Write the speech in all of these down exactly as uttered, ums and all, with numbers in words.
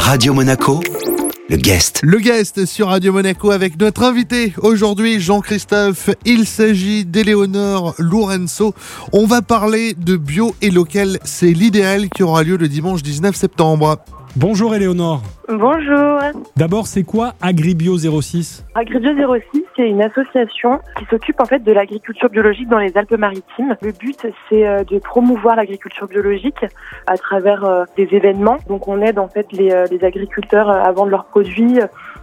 Radio Monaco, le guest. Le guest sur Radio Monaco avec notre invité aujourd'hui, Jean-Christophe. Il s'agit d'Éléonore Lourenço. On va parler de bio et local. C'est l'idéal qui aura lieu le dimanche dix-neuf septembre. Bonjour Éléonore. Bonjour. D'abord, c'est quoi Agribio zéro six ? Agribio zéro six, c'est une association qui s'occupe en fait de l'agriculture biologique dans les Alpes-Maritimes. Le but, c'est de promouvoir l'agriculture biologique à travers des événements. Donc, on aide en fait les, les agriculteurs à vendre leurs produits,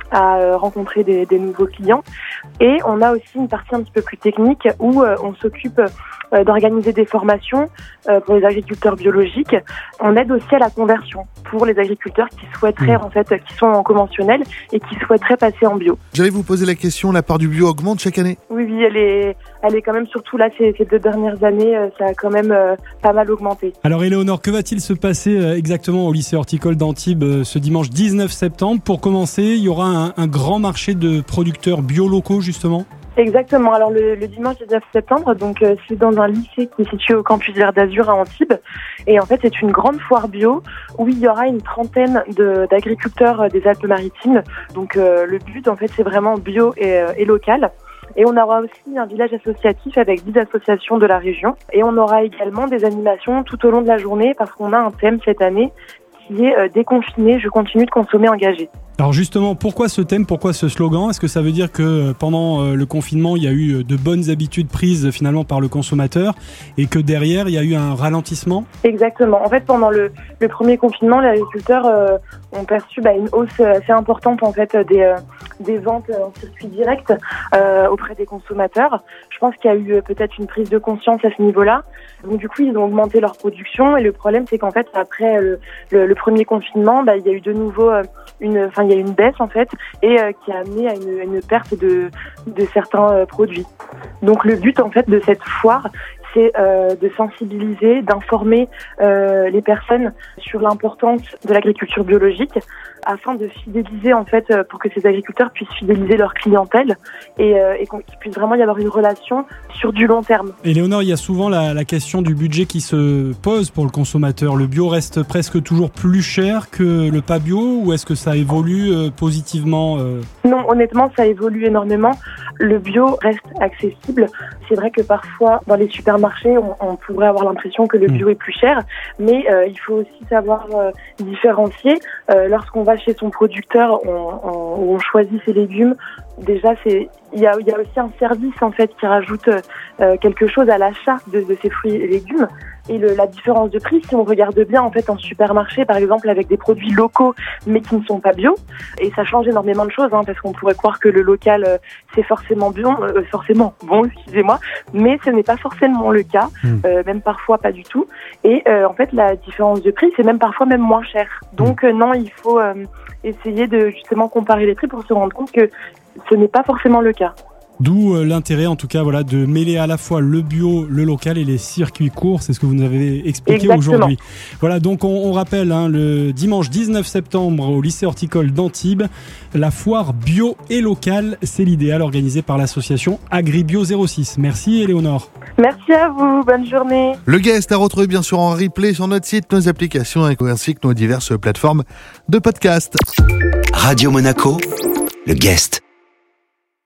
à rencontrer des, des nouveaux clients. Et on a aussi une partie un petit peu plus technique où on s'occupe d'organiser des formations pour les agriculteurs biologiques. On aide aussi à la conversion pour les agriculteurs qui souhaiteraient, en fait, qui sont en conventionnel et qui souhaiteraient passer en bio. J'allais vous poser la question, la part du bio augmente chaque année ? Oui, oui, elle est, elle est quand même, surtout là, ces, ces deux dernières années, ça a quand même euh, pas mal augmenté. Alors Éléonore, que va-t-il se passer exactement au lycée horticole d'Antibes ce dimanche dix-neuf septembre ? Pour commencer, il y aura un, un grand marché de producteurs bio locaux, justement ? Exactement. Alors le, le dimanche dix-neuf septembre, donc euh, c'est dans un lycée qui est situé au campus Vert d'Azur à Antibes. Et en fait, c'est une grande foire bio où il y aura une trentaine de, d'agriculteurs des Alpes-Maritimes. Donc euh, le but, en fait, c'est vraiment bio et, euh, et local. Et on aura aussi un village associatif avec dix associations de la région. Et on aura également des animations tout au long de la journée parce qu'on a un thème cette année qui est euh, déconfiné, je continue de consommer engagé. Alors justement, pourquoi ce thème, pourquoi ce slogan ? Est-ce que ça veut dire que pendant le confinement, il y a eu de bonnes habitudes prises finalement par le consommateur et que derrière, il y a eu un ralentissement ? Exactement. En fait, pendant le, le premier confinement, les agriculteurs euh, ont perçu bah, une hausse assez importante en fait des, euh, des ventes en circuit direct euh, auprès des consommateurs. Je pense qu'il y a eu peut-être une prise de conscience à ce niveau-là. Donc du coup, ils ont augmenté leur production et le problème, c'est qu'en fait, après le, le, le premier confinement, bah, il y a eu de nouveau euh, une, enfin, il y a eu une baisse en fait et euh, qui a amené à une, une perte de, de certains euh, produits. Donc le but en fait de cette foire, c'est euh, de sensibiliser, d'informer euh, les personnes sur l'importance de l'agriculture biologique afin de fidéliser en fait pour que ces agriculteurs puissent fidéliser leur clientèle et, euh, et qu'il puisse vraiment y avoir une relation sur du long terme. Éléonore, il y a souvent la, la question du budget qui se pose pour le consommateur. Le bio reste presque toujours plus cher que le pas bio ou est-ce que ça évolue euh, positivement euh... Non, honnêtement, ça évolue énormément. Le bio reste accessible. C'est vrai que parfois, dans les supermarchés, on, on pourrait avoir l'impression que le bio mmh. est plus cher, mais euh, il faut aussi savoir euh, différencier. Euh, lorsqu'on va chez son producteur, on, on, on choisit ses légumes. Déjà, c'est il y a, il y a aussi un service en fait qui rajoute euh, quelque chose à l'achat de, de ces fruits et légumes. Et le, la différence de prix, si on regarde bien en fait en supermarché, par exemple avec des produits locaux mais qui ne sont pas bio, et ça change énormément de choses, hein, parce qu'on pourrait croire que le local euh, c'est forcément bon, euh, forcément bon, excusez-moi, mais ce n'est pas forcément le cas, mmh. euh, même parfois pas du tout. Et euh, en fait, la différence de prix, c'est même parfois même moins cher. Donc euh, non, il faut euh, essayer de justement comparer les prix pour se rendre compte que ce n'est pas forcément le cas. D'où l'intérêt, en tout cas, voilà, de mêler à la fois le bio, le local et les circuits courts. C'est ce que vous nous avez expliqué Exactement. Aujourd'hui. Voilà, donc on, on rappelle, hein, le dimanche dix-neuf septembre au lycée horticole d'Antibes, la foire bio et locale, c'est l'idéal organisé par l'association Agribio zéro six. Merci Éléonore. Merci à vous, bonne journée. Le guest à retrouver bien sûr en replay sur notre site, nos applications ainsi que nos diverses plateformes de podcast. Radio Monaco, le guest.